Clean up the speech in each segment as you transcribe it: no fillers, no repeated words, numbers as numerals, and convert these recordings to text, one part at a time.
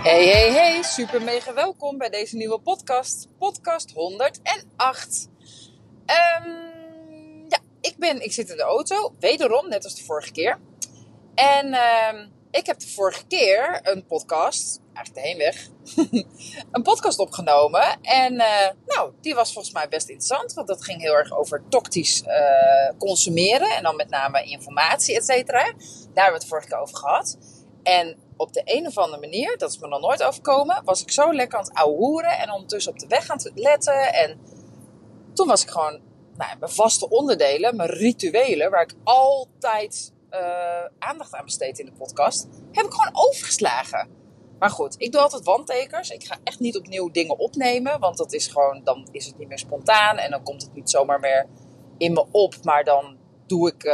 Hey, super mega welkom bij deze nieuwe podcast 108. Ik zit in de auto, wederom, net als de vorige keer. En ik heb de vorige keer een podcast, eigenlijk de heenweg, een podcast opgenomen. En die was volgens mij best interessant, want dat ging heel erg over toxisch consumeren. En dan met name informatie, et cetera. Daar hebben we het de vorige keer over gehad. En op de een of andere manier, dat is me nog nooit overkomen, was ik zo lekker aan het ouwehoeren en ondertussen op de weg aan het letten. En toen was ik gewoon, mijn vaste onderdelen, mijn rituelen, waar ik altijd aandacht aan besteed in de podcast, heb ik gewoon overgeslagen. Maar goed, ik doe altijd wandtekens. Ik ga echt niet opnieuw dingen opnemen, want dat is gewoon, dan is het niet meer spontaan en dan komt het niet zomaar meer in me op. Maar dan doe ik,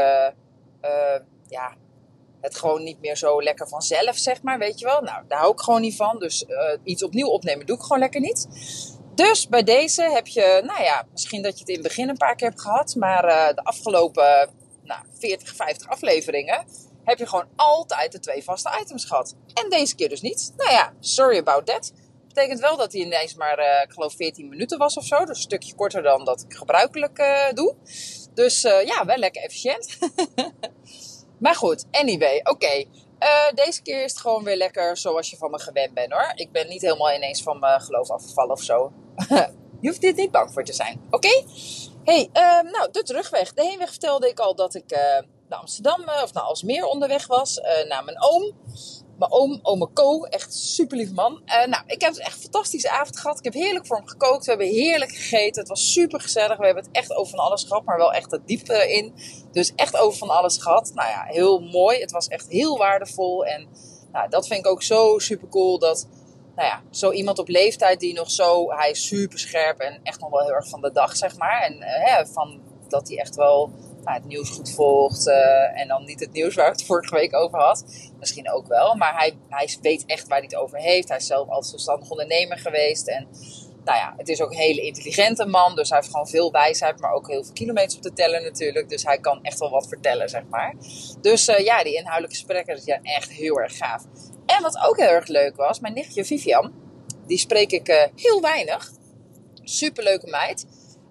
het gewoon niet meer zo lekker vanzelf, zeg maar, weet je wel. Nou, daar hou ik gewoon niet van. Dus iets opnieuw opnemen doe ik gewoon lekker niet. Dus bij deze heb je, misschien dat je het in het begin een paar keer hebt gehad. Maar de afgelopen 40, 50 afleveringen heb je gewoon altijd de 2 vaste items gehad. En deze keer dus niet. Sorry about that. Betekent wel dat hij ineens maar, ik geloof 14 minuten was of zo. Dus een stukje korter dan dat ik gebruikelijk doe. Dus wel lekker efficiënt. Maar goed, anyway, oké. Deze keer is het gewoon weer lekker zoals je van me gewend bent, hoor. Ik ben niet helemaal ineens van mijn geloof afgevallen of zo. Je hoeft dit niet bang voor te zijn, oké? Hey, de terugweg. De heenweg vertelde ik al dat ik naar Amsterdam of naar Alsmeer onderweg was. Naar mijn oom. Mijn ome Ko, echt super lief man. Ik heb echt een fantastische avond gehad. Ik heb heerlijk voor hem gekookt. We hebben heerlijk gegeten. Het was super gezellig. We hebben het echt over van alles gehad, maar wel echt het diepte in. Dus echt over van alles gehad. Heel mooi. Het was echt heel waardevol. En dat vind ik ook zo super cool. Dat, zo iemand op leeftijd die nog zo... Hij is super scherp en echt nog wel heel erg van de dag, zeg maar. En dat hij echt wel... het nieuws goed volgt. En dan niet het nieuws waar ik het vorige week over had. Misschien ook wel. Maar hij weet echt waar hij het over heeft. Hij is zelf altijd zelfstandig ondernemer geweest. En het is ook een hele intelligente man. Dus hij heeft gewoon veel wijsheid. Maar ook heel veel kilometers op te tellen natuurlijk. Dus hij kan echt wel wat vertellen, zeg maar. Dus die inhoudelijke gesprekken is echt heel erg gaaf. En wat ook heel erg leuk was. Mijn nichtje Vivian. Die spreek ik heel weinig. Superleuke meid.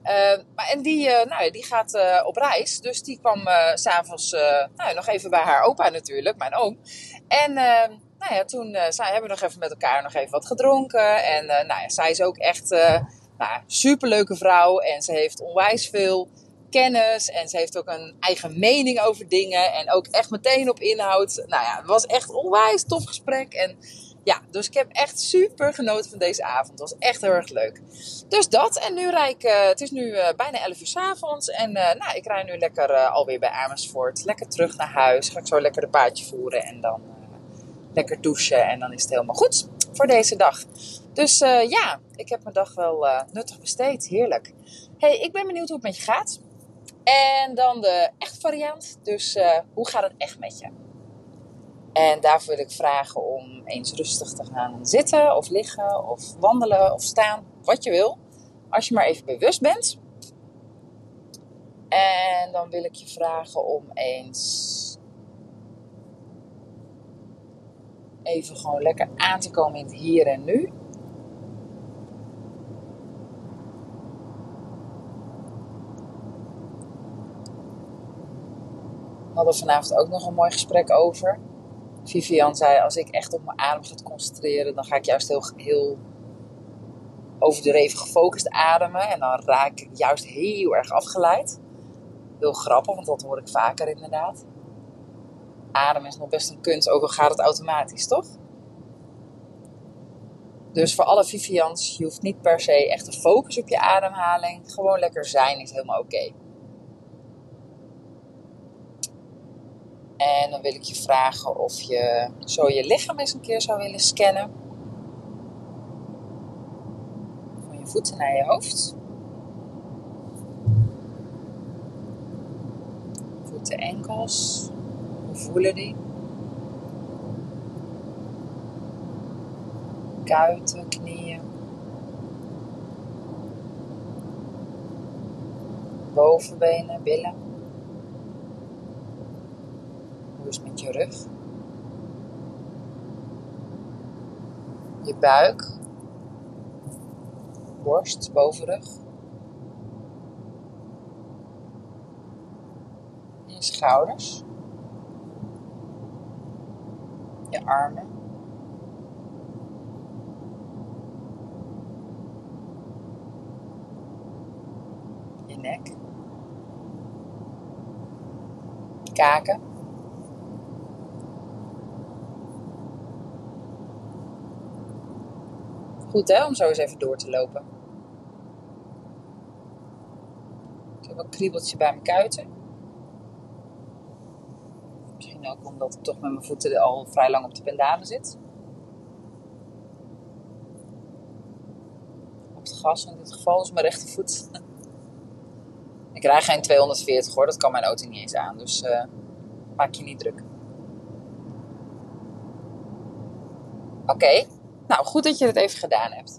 Die gaat op reis. Dus die kwam 's avonds nog even bij haar opa natuurlijk, mijn oom. En toen hebben we nog even met elkaar nog even wat gedronken. En zij is ook echt superleuke vrouw. En ze heeft onwijs veel kennis. En ze heeft ook een eigen mening over dingen. En ook echt meteen op inhoud. Het was echt een onwijs tof gesprek. En dus ik heb echt super genoten van deze avond. Het was echt heel erg leuk. Dus dat. En nu rijd ik... het is nu bijna 11 uur 's avonds. En ik rij nu lekker alweer bij Amersfoort. Lekker terug naar huis. Ga ik zo lekker de paardje voeren. En dan lekker douchen. En dan is het helemaal goed voor deze dag. Dus ik heb mijn dag wel nuttig besteed. Heerlijk. Hey, ik ben benieuwd hoe het met je gaat. En dan de echt variant. Dus hoe gaat het echt met je? En daarvoor wil ik vragen om eens rustig te gaan zitten of liggen of wandelen of staan. Wat je wil. Als je maar even bewust bent. En dan wil ik je vragen om eens even gewoon lekker aan te komen in het hier en nu. We hadden vanavond ook nog een mooi gesprek over. Vivian zei, als ik echt op mijn adem ga concentreren, dan ga ik juist heel overdreven gefocust ademen. En dan raak ik juist heel erg afgeleid. Heel grappig, want dat hoor ik vaker inderdaad. Ademen is nog best een kunst, ook al gaat het automatisch, toch? Dus voor alle Vivians, je hoeft niet per se echt te focussen op je ademhaling. Gewoon lekker zijn is helemaal oké. En dan wil ik je vragen of je zo je lichaam eens een keer zou willen scannen. Van je voeten naar je hoofd. Voeten, enkels. Hoe voelen die? Kuiten, knieën. Bovenbenen, billen. Hoe is het met je rug? Je buik. Borst, bovenrug. En je schouders. Je armen. Je nek. Kaken. Goed hè, om zo eens even door te lopen. Ik heb een kriebeltje bij mijn kuiten. Misschien ook omdat ik toch met mijn voeten al vrij lang op de pedalen zit. Op het gas in dit geval, dus mijn rechtervoet. Ik rij geen 240 hoor, dat kan mijn auto niet eens aan. Dus maak je niet druk. Oké, nou goed dat je het even gedaan hebt.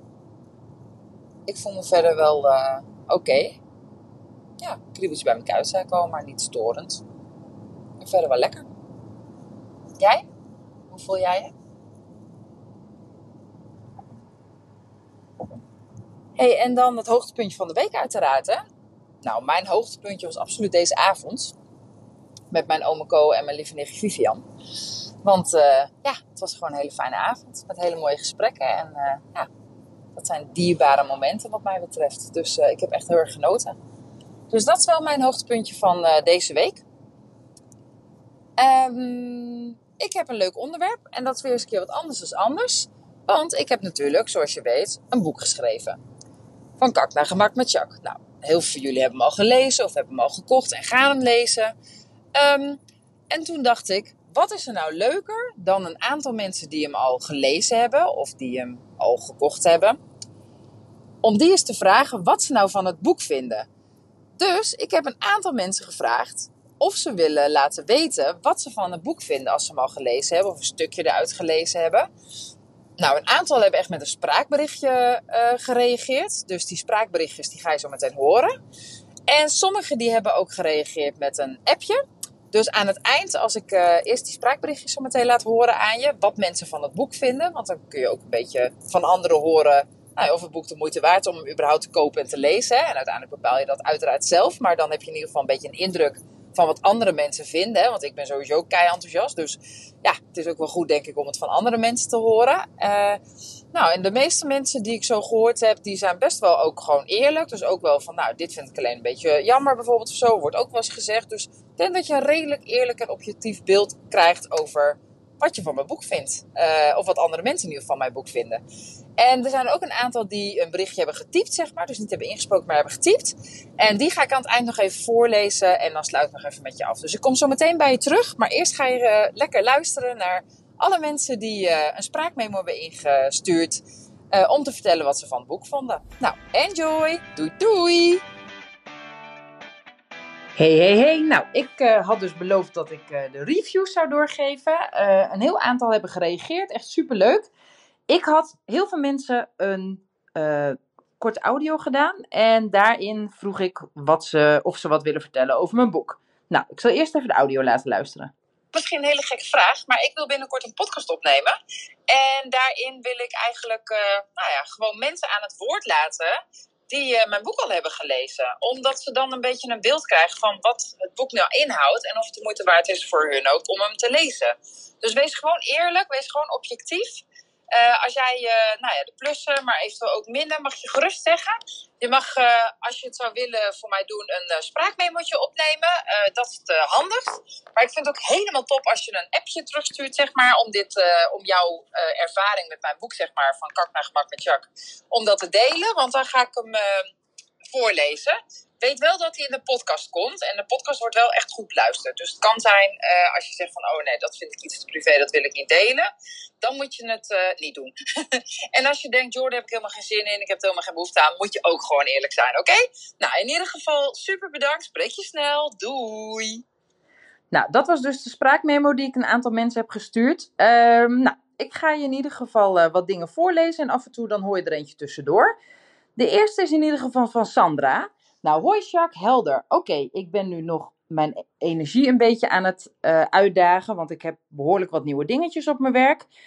Ik voel me verder wel oké. Ja, kriebeltje bij mijn kuit zou komen, maar niet storend. En verder wel lekker. Jij? Hoe voel jij je? Hey, en dan het hoogtepuntje van de week uiteraard, hè? Nou, mijn hoogtepuntje was absoluut deze avond. Met mijn ome Co en mijn lieve nichtje Vivian. Want het was gewoon een hele fijne avond. Met hele mooie gesprekken. En dat zijn dierbare momenten wat mij betreft. Dus ik heb echt heel erg genoten. Dus dat is wel mijn hoogtepuntje van deze week. Ik heb een leuk onderwerp. En dat is weer eens een keer wat anders dan anders. Want ik heb natuurlijk, zoals je weet, een boek geschreven. Van Kak naar Gemak met Jack. Nou, heel veel van jullie hebben hem al gelezen of hebben hem al gekocht en gaan hem lezen. En toen dacht ik, wat is er nou leuker dan een aantal mensen die hem al gelezen hebben of die hem al gekocht hebben, om die eens te vragen wat ze nou van het boek vinden. Dus ik heb een aantal mensen gevraagd of ze willen laten weten wat ze van het boek vinden als ze hem al gelezen hebben of een stukje eruit gelezen hebben. Nou, een aantal hebben echt met een spraakberichtje gereageerd. Dus die spraakberichtjes die ga je zo meteen horen. En sommigen die hebben ook gereageerd met een appje. Dus aan het eind, als ik eerst die spraakberichtjes zo meteen laat horen aan je, wat mensen van het boek vinden. Want dan kun je ook een beetje van anderen horen of het boek de moeite waard is om hem überhaupt te kopen en te lezen. En uiteindelijk bepaal je dat uiteraard zelf. Maar dan heb je in ieder geval een beetje een indruk van wat andere mensen vinden. Want ik ben sowieso kei enthousiast. Dus ja, het is ook wel goed denk ik om het van andere mensen te horen. En de meeste mensen die ik zo gehoord heb, die zijn best wel ook gewoon eerlijk. Dus ook wel van, dit vind ik alleen een beetje jammer bijvoorbeeld of zo. Wordt ook wel eens gezegd. Dus ik denk dat je een redelijk eerlijk en objectief beeld krijgt over wat je van mijn boek vindt. Of wat andere mensen in ieder geval van mijn boek vinden. En er zijn ook een aantal die een berichtje hebben getypt, zeg maar. Dus niet hebben ingesproken, maar hebben getypt. En die ga ik aan het eind nog even voorlezen. En dan sluit ik nog even met je af. Dus ik kom zo meteen bij je terug. Maar eerst ga je lekker luisteren naar alle mensen die een spraakmemo hebben ingestuurd. Om te vertellen wat ze van het boek vonden. Nou, enjoy! Doei doei! Hey. Nou, ik had dus beloofd dat ik de reviews zou doorgeven. Een heel aantal hebben gereageerd. Echt superleuk. Ik had heel veel mensen een korte audio gedaan. En daarin vroeg ik of ze wat willen vertellen over mijn boek. Nou, ik zal eerst even de audio laten luisteren. Misschien een hele gekke vraag, maar ik wil binnenkort een podcast opnemen. En daarin wil ik eigenlijk gewoon mensen aan het woord laten die mijn boek al hebben gelezen. Omdat ze dan een beetje een beeld krijgen van wat het boek nou inhoudt en of het de moeite waard is voor hun ook om hem te lezen. Dus wees gewoon eerlijk, wees gewoon objectief. Als jij de plussen, maar eventueel ook minder, mag je gerust zeggen. Je mag, als je het zou willen voor mij doen, een spraakmemootje opnemen. Dat is het handigst. Maar ik vind het ook helemaal top als je een appje terugstuurt, zeg maar, om jouw ervaring met mijn boek, zeg maar, van Kak naar Gemak met Jack, om dat te delen. Want dan ga ik hem voorlezen. Weet wel dat hij in de podcast komt. En de podcast wordt wel echt goed beluisterd. Dus het kan zijn, als je zegt van, oh nee, dat vind ik iets te privé, dat wil ik niet delen. Dan moet je het niet doen. En als je denkt, joh, daar heb ik helemaal geen zin in. Ik heb er helemaal geen behoefte aan. Moet je ook gewoon eerlijk zijn, oké? Nou, in ieder geval, super bedankt. Spreek je snel. Doei. Nou, dat was dus de spraakmemo die ik een aantal mensen heb gestuurd. Ik ga je in ieder geval wat dingen voorlezen. En af en toe dan hoor je er eentje tussendoor. De eerste is in ieder geval van Sandra. Nou, hoi Jacques, helder. Oké, ik ben nu nog mijn energie een beetje aan het uitdagen. Want ik heb behoorlijk wat nieuwe dingetjes op mijn werk.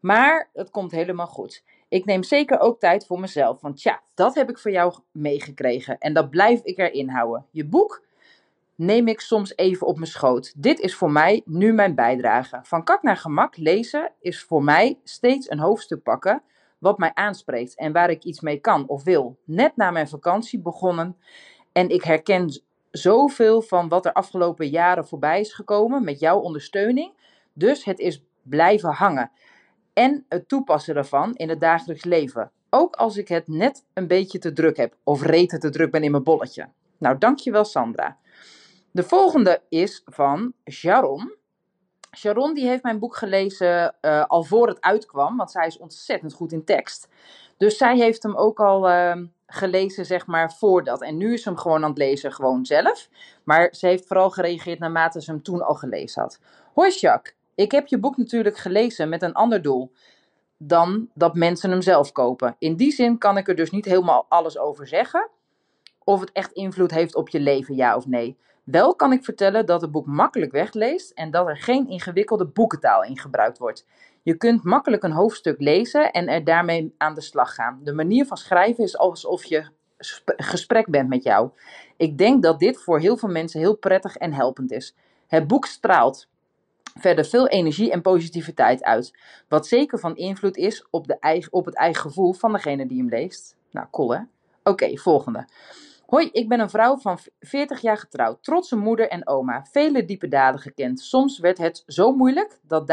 Maar het komt helemaal goed. Ik neem zeker ook tijd voor mezelf. Want ja, dat heb ik voor jou meegekregen. En dat blijf ik erin houden. Je boek neem ik soms even op mijn schoot. Dit is voor mij nu mijn bijdrage. Van kak naar gemak lezen is voor mij steeds een hoofdstuk pakken wat mij aanspreekt en waar ik iets mee kan of wil. Net na mijn vakantie begonnen en ik herken zoveel van wat er afgelopen jaren voorbij is gekomen met jouw ondersteuning. Dus het is blijven hangen en het toepassen daarvan in het dagelijks leven. Ook als ik het net een beetje te druk heb of rete te druk ben in mijn bolletje. Nou, dankjewel Sandra. De volgende is van Sharon. Sharon die heeft mijn boek gelezen al voor het uitkwam, want zij is ontzettend goed in tekst. Dus zij heeft hem ook al gelezen, zeg maar, voordat. En nu is ze hem gewoon aan het lezen, gewoon zelf. Maar ze heeft vooral gereageerd naarmate ze hem toen al gelezen had. Hoi Jacques, ik heb je boek natuurlijk gelezen met een ander doel dan dat mensen hem zelf kopen. In die zin kan ik er dus niet helemaal alles over zeggen. Of het echt invloed heeft op je leven, ja of nee. Wel kan ik vertellen dat het boek makkelijk wegleest en dat er geen ingewikkelde boekentaal in gebruikt wordt. Je kunt makkelijk een hoofdstuk lezen en er daarmee aan de slag gaan. De manier van schrijven is alsof je gesprek bent met jou. Ik denk dat dit voor heel veel mensen heel prettig en helpend is. Het boek straalt verder veel energie en positiviteit uit. Wat zeker van invloed is op het eigen gevoel van degene die hem leest. Nou, cool hè? Oké, volgende. Hoi, ik ben een vrouw van 40 jaar getrouwd, trotse moeder en oma, vele diepe dalen gekend. Soms werd het zo moeilijk dat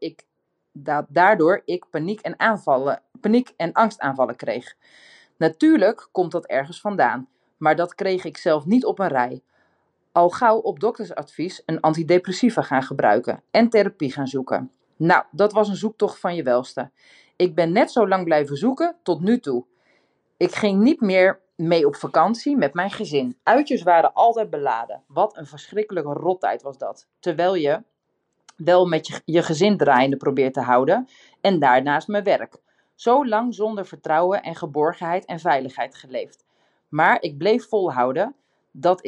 daardoor ik paniek en angstaanvallen kreeg. Natuurlijk komt dat ergens vandaan, maar dat kreeg ik zelf niet op een rij. Al gauw op doktersadvies een antidepressiva gaan gebruiken en therapie gaan zoeken. Nou, dat was een zoektocht van je welste. Ik ben net zo lang blijven zoeken tot nu toe. Ik ging niet meer mee op vakantie met mijn gezin. Uitjes waren altijd beladen. Wat een verschrikkelijke rottijd was dat. Terwijl je wel met je gezin draaiende probeert te houden en daarnaast mijn werk. Zo lang zonder vertrouwen en geborgenheid en veiligheid geleefd. Maar ik bleef volhouden dat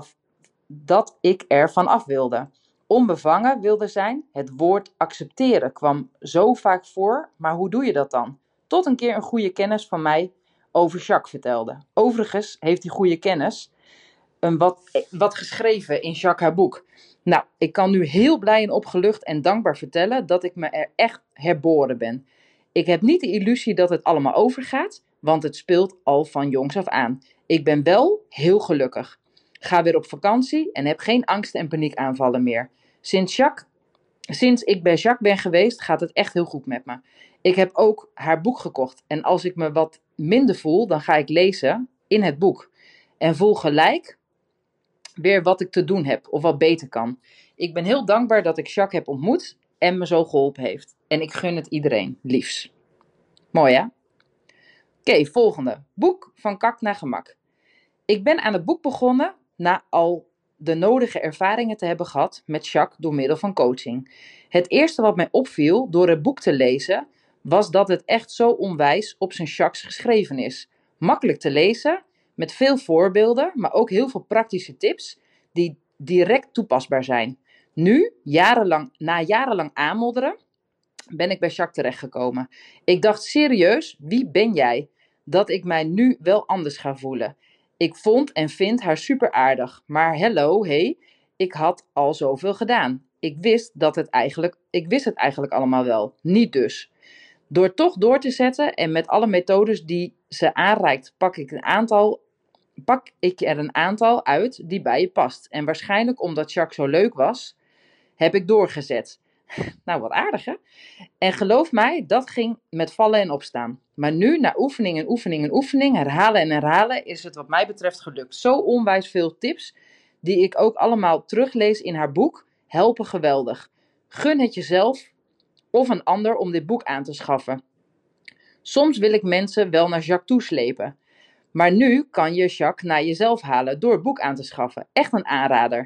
ik er vanaf wilde. Onbevangen wilde zijn. Het woord accepteren kwam zo vaak voor, maar hoe doe je dat dan? Tot een keer een goede kennis van mij over Jacques vertelde. Overigens heeft die goede kennis wat geschreven in Jacques haar boek. Nou, ik kan nu heel blij en opgelucht en dankbaar vertellen dat ik me er echt herboren ben. Ik heb niet de illusie dat het allemaal overgaat, want het speelt al van jongs af aan. Ik ben wel heel gelukkig. Ga weer op vakantie en heb geen angst- en paniekaanvallen meer. Sinds ik bij Jacques ben geweest, gaat het echt heel goed met me. Ik heb ook haar boek gekocht. En als ik me wat minder voel, dan ga ik lezen in het boek. En voel gelijk weer wat ik te doen heb of wat beter kan. Ik ben heel dankbaar dat ik Jacques heb ontmoet en me zo geholpen heeft. En ik gun het iedereen, liefs. Mooi hè? Oké, volgende. Boek van kak naar gemak. Ik ben aan het boek begonnen na al de nodige ervaringen te hebben gehad met Jacques door middel van coaching. Het eerste wat mij opviel door het boek te lezen, was dat het echt zo onwijs op zijn Jacques geschreven is. Makkelijk te lezen, met veel voorbeelden, maar ook heel veel praktische tips die direct toepasbaar zijn. Nu, na jarenlang aanmodderen, ben ik bij Jacques terechtgekomen. Ik dacht serieus, wie ben jij? Dat ik mij nu wel anders ga voelen. Ik vond en vind haar super aardig. Maar hey, ik had al zoveel gedaan. Ik wist het eigenlijk allemaal wel. Niet dus. Door toch door te zetten en met alle methodes die ze aanreikt, pak ik er een aantal uit die bij je past. En waarschijnlijk omdat Jacques zo leuk was, heb ik doorgezet. Nou, wat aardig hè? En geloof mij, dat ging met vallen en opstaan. Maar nu, na oefening en oefening en oefening, herhalen en herhalen, is het wat mij betreft gelukt. Zo onwijs veel tips, die ik ook allemaal teruglees in haar boek, helpen geweldig. Gun het jezelf of een ander om dit boek aan te schaffen. Soms wil ik mensen wel naar Jacques toeslepen. Maar nu kan je Jacques naar jezelf halen door het boek aan te schaffen. Echt een aanrader.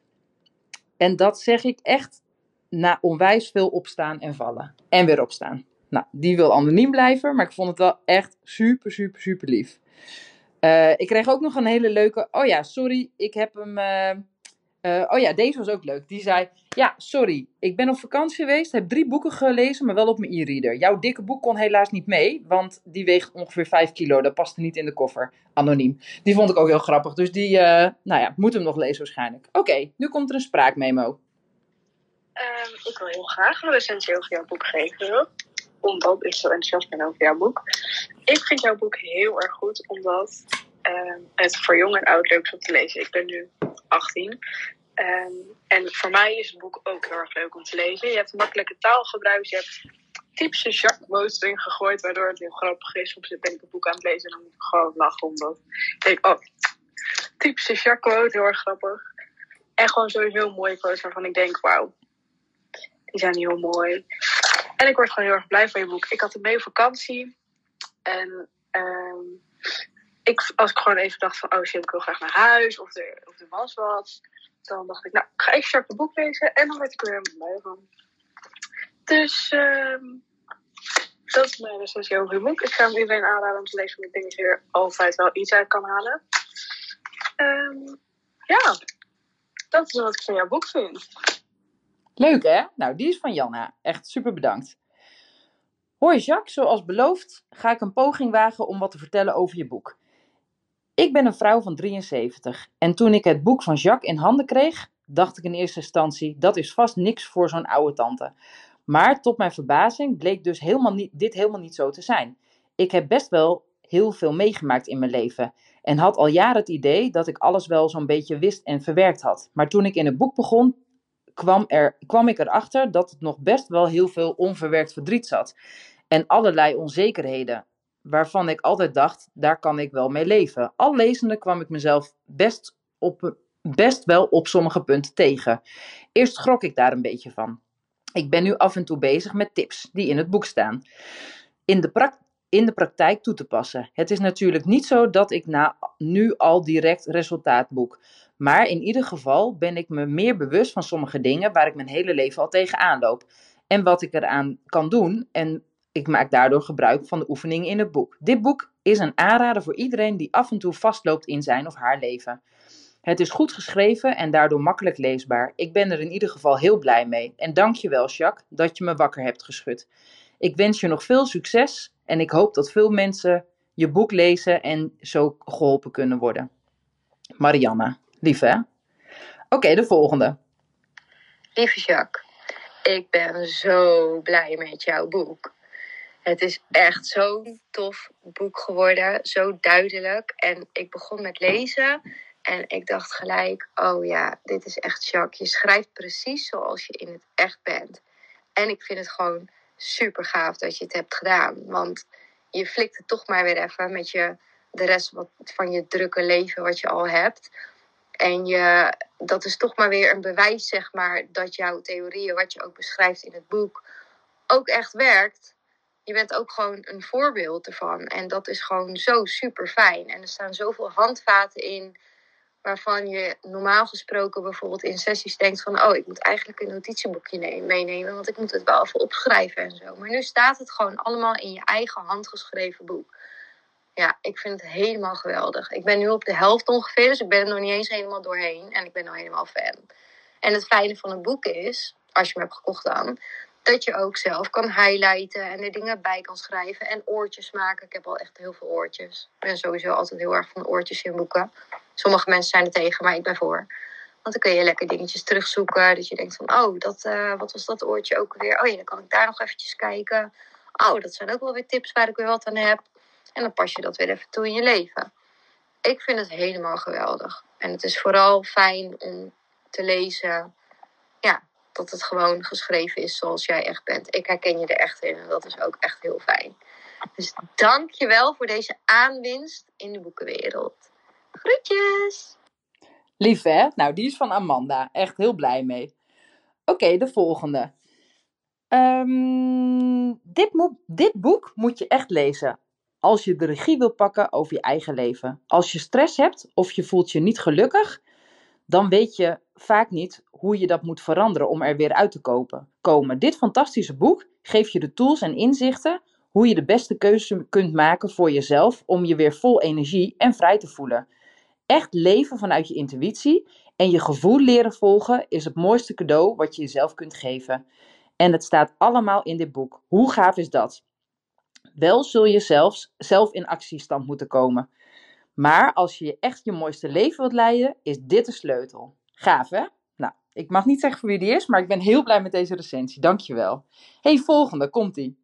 En dat zeg ik echt na onwijs veel opstaan en vallen. En weer opstaan. Nou, die wil anoniem blijven, maar ik vond het wel echt super, super, super lief. Ik kreeg ook nog een hele leuke... Oh ja, sorry, ik heb hem Oh ja, deze was ook leuk. Die zei, ja, sorry, ik ben op vakantie geweest, heb 3 boeken gelezen, maar wel op mijn e-reader. Jouw dikke boek kon helaas niet mee, want die weegt ongeveer 5 kilo. Dat paste niet in de koffer. Anoniem. Die vond ik ook heel grappig, dus die, nou ja, moet hem nog lezen waarschijnlijk. Oké, nu komt er een spraakmemo. Ik wil heel graag een recensie over jouw boek geven, omdat ik zo enthousiast ben over jouw boek. Ik vind jouw boek heel erg goed, omdat het voor jong en oud leuk is om te lezen. Ik ben nu 18. En voor mij is het boek ook heel erg leuk om te lezen. Je hebt een makkelijke taalgebruik. Je hebt typische Jacques erin gegooid, waardoor het heel grappig is. Soms ben ik een boek aan het lezen en dan moet ik gewoon lachen. Omdat ik denk, oh, typische Jacques, heel erg grappig. En gewoon sowieso mooie quotes waarvan ik denk, wauw, die zijn heel mooi. En ik word gewoon heel erg blij van je boek. Ik had hem mee op vakantie. En als ik gewoon even dacht van, oh shit, ik wil graag naar huis. Of er was wat. Dan dacht ik, nou, ik ga even Jacques' boek lezen. En dan werd ik er helemaal blij van. Dus dat is mijn recensie over je boek. Ik ga hem iedereen aanraden om te lezen. Want ik denk dat je er altijd wel iets uit kan halen. Ja, dat is wat ik van jouw boek vind. Leuk hè? Nou, die is van Janna. Echt super bedankt. Hoi Jacques, zoals beloofd ga ik een poging wagen om wat te vertellen over je boek. Ik ben een vrouw van 73 en toen ik het boek van Jacques in handen kreeg, dacht ik in eerste instantie, dat is vast niks voor zo'n oude tante. Maar tot mijn verbazing bleek dus dit helemaal niet zo te zijn. Ik heb best wel heel veel meegemaakt in mijn leven en had al jaren het idee dat ik alles wel zo'n beetje wist en verwerkt had. Maar toen ik in het boek begon, kwam ik erachter dat het nog best wel heel veel onverwerkt verdriet zat. En allerlei onzekerheden, waarvan ik altijd dacht, daar kan ik wel mee leven. Al lezende kwam ik mezelf best wel op sommige punten tegen. Eerst schrok ik daar een beetje van. Ik ben nu af en toe bezig met tips die in het boek staan. In de praktijk toe te passen. Het is natuurlijk niet zo dat ik nu al direct resultaat boek. Maar in ieder geval ben ik me meer bewust van sommige dingen waar ik mijn hele leven al tegenaan loop. En wat ik eraan kan doen. En ik maak daardoor gebruik van de oefeningen in het boek. Dit boek is een aanrader voor iedereen die af en toe vastloopt in zijn of haar leven. Het is goed geschreven en daardoor makkelijk leesbaar. Ik ben er in ieder geval heel blij mee. En dank je wel, Jacques, dat je me wakker hebt geschud. Ik wens je nog veel succes en ik hoop dat veel mensen je boek lezen en zo geholpen kunnen worden. Marianne, lief hè? Oké, de volgende. Lieve Jacques, ik ben zo blij met jouw boek. Het is echt zo'n tof boek geworden, zo duidelijk. En ik begon met lezen en ik dacht gelijk, oh ja, dit is echt Jacques. Je schrijft precies zoals je in het echt bent. En ik vind het gewoon super gaaf dat je het hebt gedaan. Want je flikt het toch maar weer even met de rest van je drukke leven wat je al hebt. En dat is toch maar weer een bewijs, zeg maar, dat jouw theorieën, wat je ook beschrijft in het boek, ook echt werkt. Je bent ook gewoon een voorbeeld ervan. En dat is gewoon zo super fijn. En er staan zoveel handvaten in, waarvan je normaal gesproken bijvoorbeeld in sessies denkt van, oh, ik moet eigenlijk een notitieboekje meenemen, want ik moet het wel even opschrijven en zo. Maar nu staat het gewoon allemaal in je eigen handgeschreven boek. Ja, ik vind het helemaal geweldig. Ik ben nu op de helft ongeveer, dus ik ben er nog niet eens helemaal doorheen. En ik ben al helemaal fan. En het fijne van het boek is, als je hem hebt gekocht dan, dat je ook zelf kan highlighten en er dingen bij kan schrijven en oortjes maken. Ik heb al echt heel veel oortjes. Ik ben sowieso altijd heel erg van oortjes in boeken. Sommige mensen zijn er tegen, maar ik ben voor. Want dan kun je lekker dingetjes terugzoeken. Dat je denkt van, oh, wat was dat oortje ook weer? Oh ja, dan kan ik daar nog eventjes kijken. Oh, dat zijn ook wel weer tips waar ik weer wat aan heb. En dan pas je dat weer even toe in je leven. Ik vind het helemaal geweldig. En het is vooral fijn om te lezen, ja, dat het gewoon geschreven is zoals jij echt bent. Ik herken je er echt in en dat is ook echt heel fijn. Dus dank je wel voor deze aanwinst in de boekenwereld. Groetjes! Lief hè? Nou, die is van Amanda. Echt heel blij mee. Oké, de volgende. Dit boek moet je echt lezen. Als je de regie wil pakken over je eigen leven. Als je stress hebt of je voelt je niet gelukkig, dan weet je vaak niet hoe je dat moet veranderen om er weer uit te komen. Dit fantastische boek geeft je de tools en inzichten hoe je de beste keuze kunt maken voor jezelf om je weer vol energie en vrij te voelen. Echt leven vanuit je intuïtie En je gevoel leren volgen is het mooiste cadeau wat je jezelf kunt geven. En het staat allemaal in dit boek. Hoe gaaf is dat? Wel zul je zelf in actiestand moeten komen. Maar als je echt je mooiste leven wilt leiden, is dit de sleutel. Gaaf, hè? Nou, ik mag niet zeggen voor wie die is, maar ik ben heel blij met deze recensie. Dankjewel. Hey, volgende, komt-ie.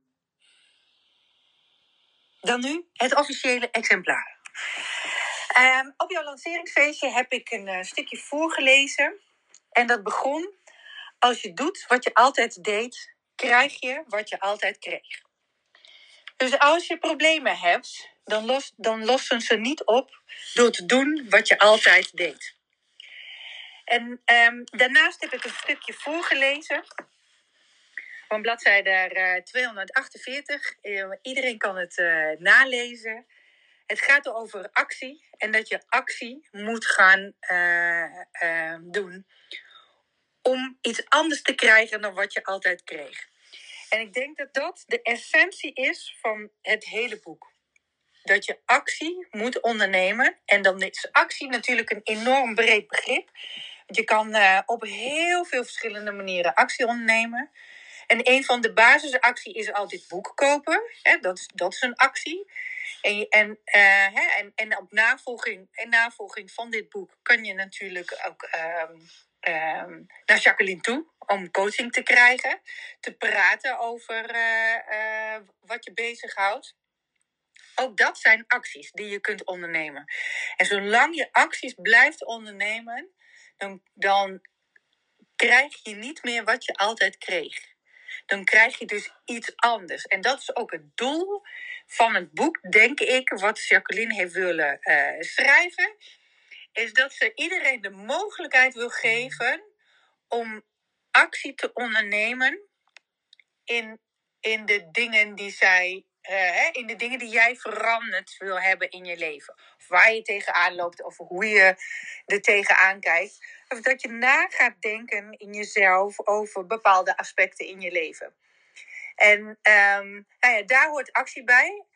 Dan nu het officiële exemplaar. Op jouw lanceringsfeestje heb ik een stukje voorgelezen. En dat begon: als je doet wat je altijd deed, krijg je wat je altijd kreeg. Dus als je problemen hebt, dan lossen ze niet op door te doen wat je altijd deed. En daarnaast heb ik een stukje voorgelezen van bladzijde 248. Iedereen kan het nalezen. Het gaat over actie en dat je actie moet gaan doen om iets anders te krijgen dan wat je altijd kreeg. En ik denk dat dat de essentie is van het hele boek. Dat je actie moet ondernemen. En dan is actie natuurlijk een enorm breed begrip. Want je kan op heel veel verschillende manieren actie ondernemen. En een van de basisacties is altijd boeken kopen. Hè, dat is een actie. En op navolging van dit boek kan je natuurlijk ook naar Jacqueline toe om coaching te krijgen. Te praten over wat je bezighoudt. Ook dat zijn acties die je kunt ondernemen. En zolang je acties blijft ondernemen, dan krijg je niet meer wat je altijd kreeg. Dan krijg je dus iets anders. En dat is ook het doel van het boek, denk ik, wat Jacqueline heeft willen schrijven. Is dat ze iedereen de mogelijkheid wil geven om actie te ondernemen in de dingen die zij... in de dingen die jij veranderd wil hebben in je leven. Of waar je tegenaan loopt, of hoe je er tegenaan kijkt. Of dat je na gaat denken in jezelf over bepaalde aspecten in je leven. En daar hoort actie bij.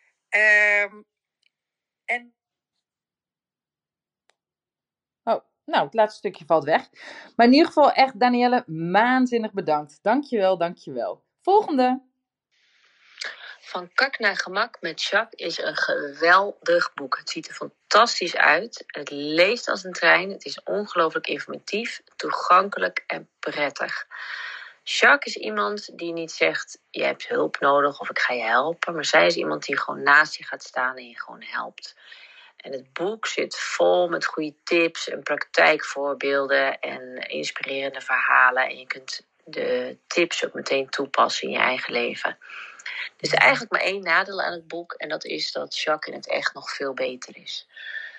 Nou, het laatste stukje valt weg. Maar in ieder geval echt, Danielle, waanzinnig bedankt. Dankjewel. Volgende. Van Kak naar Gemak met Jacques is een geweldig boek. Het ziet er fantastisch uit. Het leest als een trein. Het is ongelooflijk informatief, toegankelijk en prettig. Jacques is iemand die niet zegt, je hebt hulp nodig of ik ga je helpen. Maar zij is iemand die gewoon naast je gaat staan en je gewoon helpt. En het boek zit vol met goede tips en praktijkvoorbeelden en inspirerende verhalen. En je kunt de tips ook meteen toepassen in je eigen leven. Er is eigenlijk maar één nadeel aan het boek. En dat is dat Jacques in het echt nog veel beter is.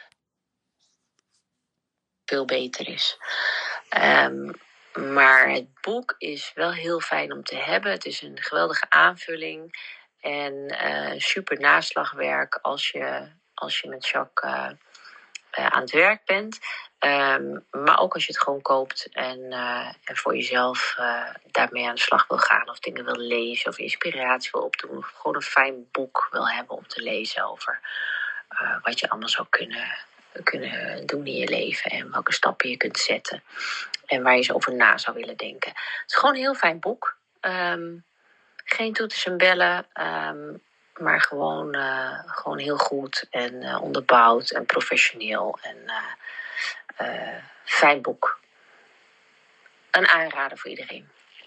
Maar het boek is wel heel fijn om te hebben. Het is een geweldige aanvulling. En super naslagwerk als je met Jacques aan het werk bent. Maar ook als je het gewoon koopt en voor jezelf daarmee aan de slag wil gaan. Of dingen wil lezen of inspiratie wil opdoen. Of gewoon een fijn boek wil hebben om te lezen over wat je allemaal zou kunnen doen in je leven. En welke stappen je kunt zetten. En waar je zo over na zou willen denken. Het is gewoon een heel fijn boek. Geen toeters en bellen. Maar gewoon heel goed en onderbouwd en professioneel. En fijn boek. Een aanrader voor iedereen.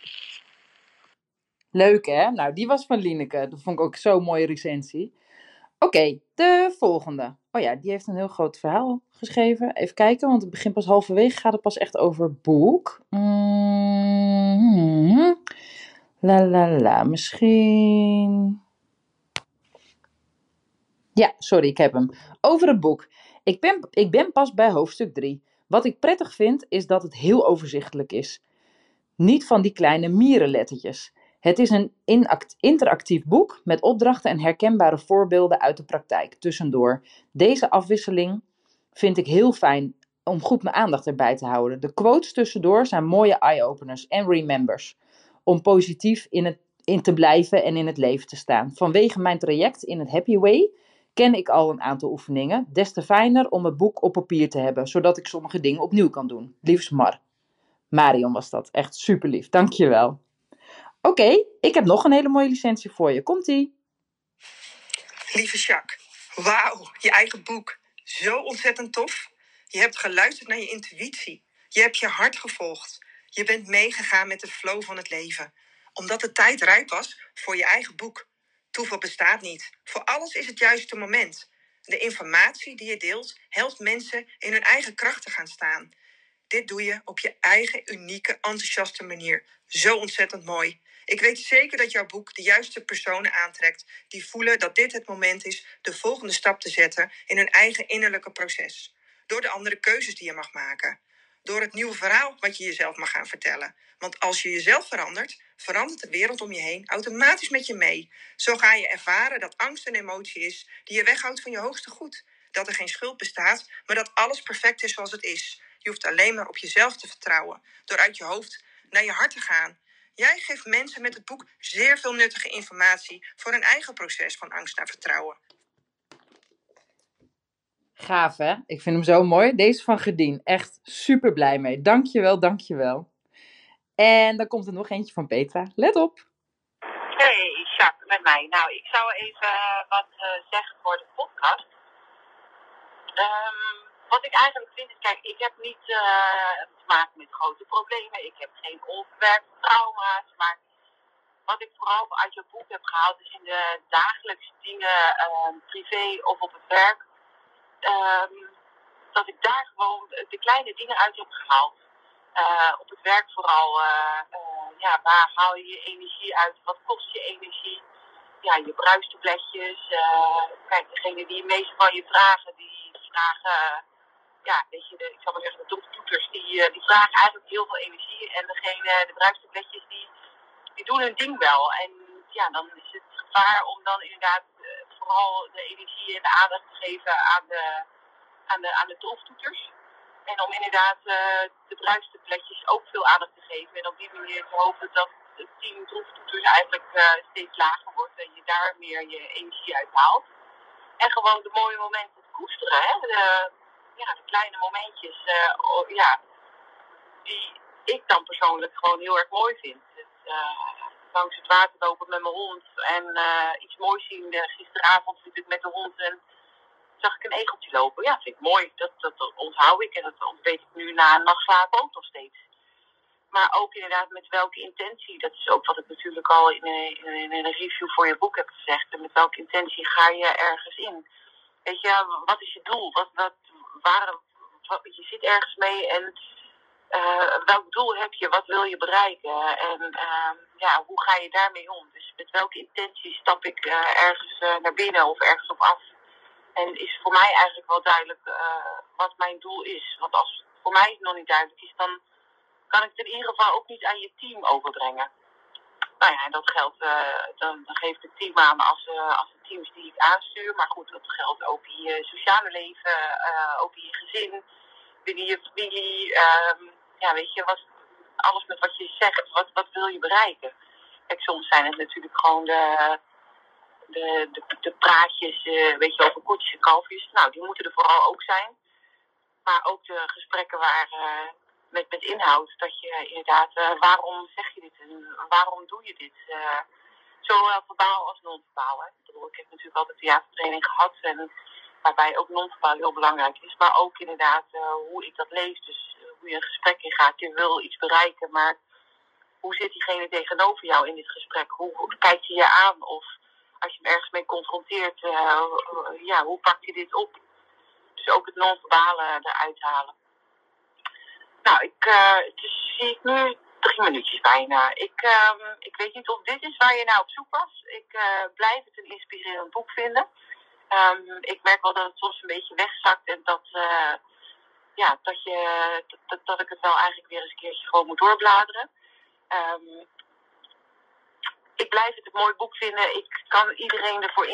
Leuk, hè? Nou, die was van Lieneke. Dat vond ik ook zo'n mooie recensie. Oké, de volgende. Oh ja, die heeft een heel groot verhaal geschreven. Even kijken, want het begint pas halverwege. Gaat het pas echt over het boek. Misschien... Ja, sorry, ik heb hem. Over het boek. Ik ben pas bij hoofdstuk 3. Wat ik prettig vind, is dat het heel overzichtelijk is. Niet van die kleine mierenlettertjes. Het is een interactief boek met opdrachten en herkenbare voorbeelden uit de praktijk tussendoor. Deze afwisseling vind ik heel fijn om goed mijn aandacht erbij te houden. De quotes tussendoor zijn mooie eye-openers en remembers. Om positief in te blijven en in het leven te staan. Vanwege mijn traject in het Happy Way Ken ik al een aantal oefeningen, des te fijner om het boek op papier te hebben, zodat ik sommige dingen opnieuw kan doen. Liefst Marion was dat. Echt super lief. Dankjewel. Oké, ik heb nog een hele mooie licentie voor je. Komt-ie. Lieve Jacques, wauw, je eigen boek. Zo ontzettend tof. Je hebt geluisterd naar je intuïtie. Je hebt je hart gevolgd. Je bent meegegaan met de flow van het leven. Omdat de tijd rijp was voor je eigen boek. Toeval bestaat niet. Voor alles is het juiste moment. De informatie die je deelt helpt mensen in hun eigen kracht te gaan staan. Dit doe je op je eigen unieke, enthousiaste manier. Zo ontzettend mooi. Ik weet zeker dat jouw boek de juiste personen aantrekt die voelen dat dit het moment is de volgende stap te zetten in hun eigen innerlijke proces. Door de andere keuzes die je mag maken. Door het nieuwe verhaal wat je jezelf mag gaan vertellen. Want als je jezelf verandert, verandert de wereld om je heen automatisch met je mee. Zo ga je ervaren dat angst een emotie is die je weghoudt van je hoogste goed. Dat er geen schuld bestaat, maar dat alles perfect is zoals het is. Je hoeft alleen maar op jezelf te vertrouwen. Door uit je hoofd naar je hart te gaan. Jij geeft mensen met het boek zeer veel nuttige informatie voor hun eigen proces van angst naar vertrouwen. Gaaf, hè? Ik vind hem zo mooi. Deze van Gedien. Echt super blij mee. Dankjewel, dankjewel. En dan komt er nog eentje van Petra. Let op. Hey, Jacques, met mij. Nou, ik zou even wat zeggen voor de podcast. Wat ik eigenlijk vind is, kijk, ik heb niet te maken met grote problemen. Ik heb geen onverwerkte trauma's. Maar wat ik vooral uit je boek heb gehaald is in de dagelijkse dingen, privé of op het werk. Dat ik daar gewoon de kleine dingen uit heb gehaald. Op het werk vooral, waar haal je je energie uit? Wat kost je energie? Ja, je bruistabletjes. Kijk, degene die het meeste van je vragen, die vragen, weet je, ik zal maar zeggen, de doktertoeters, die vragen eigenlijk heel veel energie. En de bruistabletjes, die doen hun ding wel. En ja, dan is het gevaar om dan inderdaad vooral de energie en de aandacht te geven aan de droeftoeters. En om inderdaad de bruistabletjes ook veel aandacht te geven. En op die manier te hopen dat het team droeftoeters eigenlijk steeds lager wordt. En je daar meer je energie uit haalt. En gewoon de mooie momenten koesteren. Hè? De kleine momentjes die ik dan persoonlijk gewoon heel erg mooi vind. Langs het water lopen met mijn hond. En iets moois zien. Gisteravond liep ik met de hond en zag ik een egeltje lopen. Ja, vind ik mooi. Dat onthoud ik. En dat weet ik nu na een nacht slapen ook nog steeds. Maar ook inderdaad met welke intentie. Dat is ook wat ik natuurlijk al in een review voor je boek heb gezegd. En met welke intentie ga je ergens in? Weet je, wat is je doel? Je zit ergens mee en welk doel heb je? Wat wil je bereiken? En hoe ga je daarmee om? Dus met welke intentie stap ik ergens naar binnen of ergens op af? En is voor mij eigenlijk wel duidelijk wat mijn doel is. Want als het voor mij nog niet duidelijk is, dan kan ik het in ieder geval ook niet aan je team overbrengen. Nou ja, en dat geldt, dan geef ik het team aan als de teams die ik aanstuur. Maar goed, dat geldt ook in je sociale leven, ook in je gezin, binnen je familie. Weet je, alles met wat je zegt, wat wil je bereiken? Kijk, soms zijn het natuurlijk gewoon de praatjes, weet je, over koetjes en kalfjes. Nou, die moeten er vooral ook zijn. Maar ook de gesprekken met inhoud. Dat je inderdaad, waarom zeg je dit en waarom doe je dit? Zowel verbaal als non-verbaal. Ik heb natuurlijk altijd theatertraining gehad. En waarbij ook non-verbaal heel belangrijk is. Maar ook inderdaad hoe ik dat lees. Dus hoe je een gesprek ingaat. Je wil iets bereiken, maar hoe zit diegene tegenover jou in dit gesprek? Hoe kijkt hij je aan? Of als je hem ergens mee confronteert, hoe pak je dit op? Dus ook het non-verbale eruit halen. Nou, dus zie ik nu 3 minuutjes bijna. Ik weet niet of dit is waar je naar op zoek was. Ik blijf het een inspirerend boek vinden. Ik merk wel dat het soms een beetje wegzakt en dat ik het wel eigenlijk weer eens een keertje gewoon moet doorbladeren. Ik blijf het een mooi boek vinden. Ik kan iedereen ervoor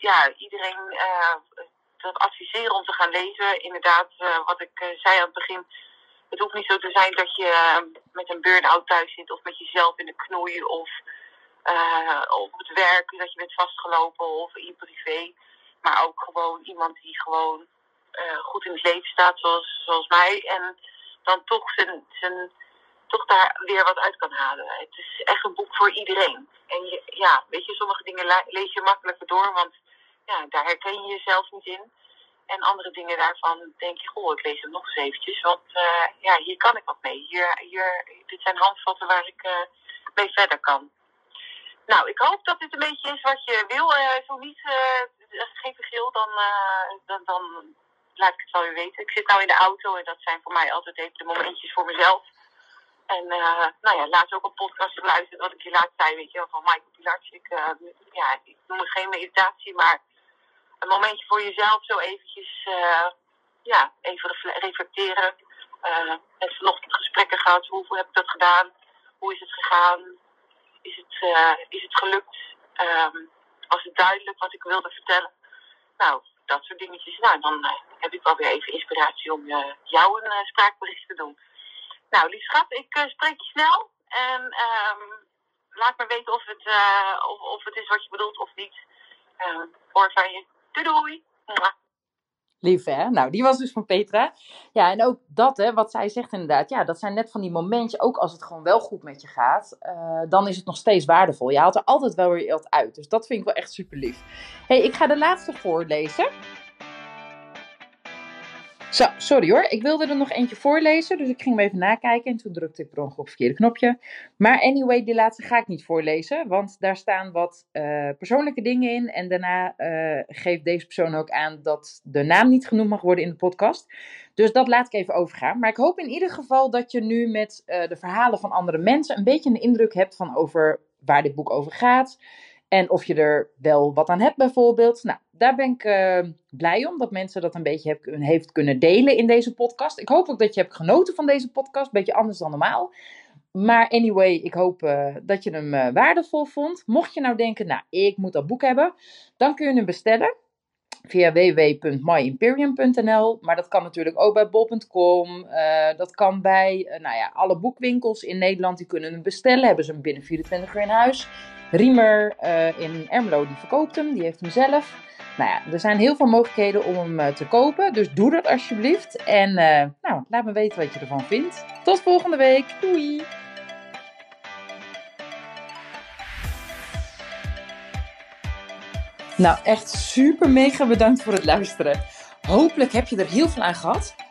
dat adviseren om te gaan lezen. Inderdaad, wat ik zei aan het begin. Het hoeft niet zo te zijn dat je met een burn-out thuis zit of met jezelf in de knoei of op het werk dat je bent vastgelopen of in je privé. Maar ook gewoon iemand die gewoon goed in het leven staat, zoals mij. En dan toch toch daar weer wat uit kan halen. Het is echt een boek voor iedereen. En weet je, sommige dingen lees je makkelijker door, want daar herken je jezelf niet in. En andere dingen daarvan denk je, goh, ik lees hem nog eens eventjes. Want hier kan ik wat mee. Dit zijn handvatten waar ik mee verder kan. Nou, ik hoop dat dit een beetje is wat je wil. Zo niet, geen vergil, dan laat ik het wel weer weten. Ik zit nou in de auto en dat zijn voor mij altijd even de momentjes voor mezelf. En laatst ook een podcast geluisterd, wat ik je laatst zei, weet je wel, van Michael Pilarczyk. Ik noem het geen meditatie, maar een momentje voor jezelf zo eventjes, even reflecteren. Met vanochtend gesprekken gehad, hoe heb ik dat gedaan? Hoe is het gegaan? Is het gelukt? Was het duidelijk wat ik wilde vertellen? Nou, dat soort dingetjes. Nou, dan heb ik wel weer even inspiratie om jou een spraakbericht te doen. Nou, lief schat, ik spreek je snel. En laat me weten of het is wat je bedoelt of niet. Hoor van je. Doei doei. Mwah. Lief hè? Nou, die was dus van Petra. Ja, en ook dat hè, wat zij zegt inderdaad. Ja, dat zijn net van die momentjes, ook als het gewoon wel goed met je gaat. Dan is het nog steeds waardevol. Je haalt er altijd wel weer wat uit. Dus dat vind ik wel echt super lief. Hey, ik ga de laatste voorlezen. Zo, sorry hoor. Ik wilde er nog eentje voorlezen, dus ik ging hem even nakijken en toen drukte ik per ongeluk op het verkeerde knopje. Maar anyway, die laatste ga ik niet voorlezen, want daar staan wat persoonlijke dingen in. En daarna geeft deze persoon ook aan dat de naam niet genoemd mag worden in de podcast. Dus dat laat ik even overgaan. Maar ik hoop in ieder geval dat je nu met de verhalen van andere mensen een beetje een indruk hebt van over waar dit boek over gaat. En of je er wel wat aan hebt bijvoorbeeld. Nou, daar ben ik blij om dat mensen dat een beetje heeft kunnen delen in deze podcast. Ik hoop ook dat je hebt genoten van deze podcast. Een beetje anders dan normaal. Maar anyway, ik hoop dat je hem waardevol vond. Mocht je nou denken, nou, ik moet dat boek hebben. Dan kun je hem bestellen via www.myimperium.nl. Maar dat kan natuurlijk ook bij bol.com. Dat kan bij alle boekwinkels in Nederland. Die kunnen hem bestellen. Hebben ze hem binnen 24 uur in huis. Riemer in Ermelo, die verkoopt hem. Die heeft hem zelf. Nou ja, er zijn heel veel mogelijkheden om hem te kopen. Dus doe dat alsjeblieft. En laat me weten wat je ervan vindt. Tot volgende week. Doei! Nou, echt super mega bedankt voor het luisteren. Hopelijk heb je er heel veel aan gehad.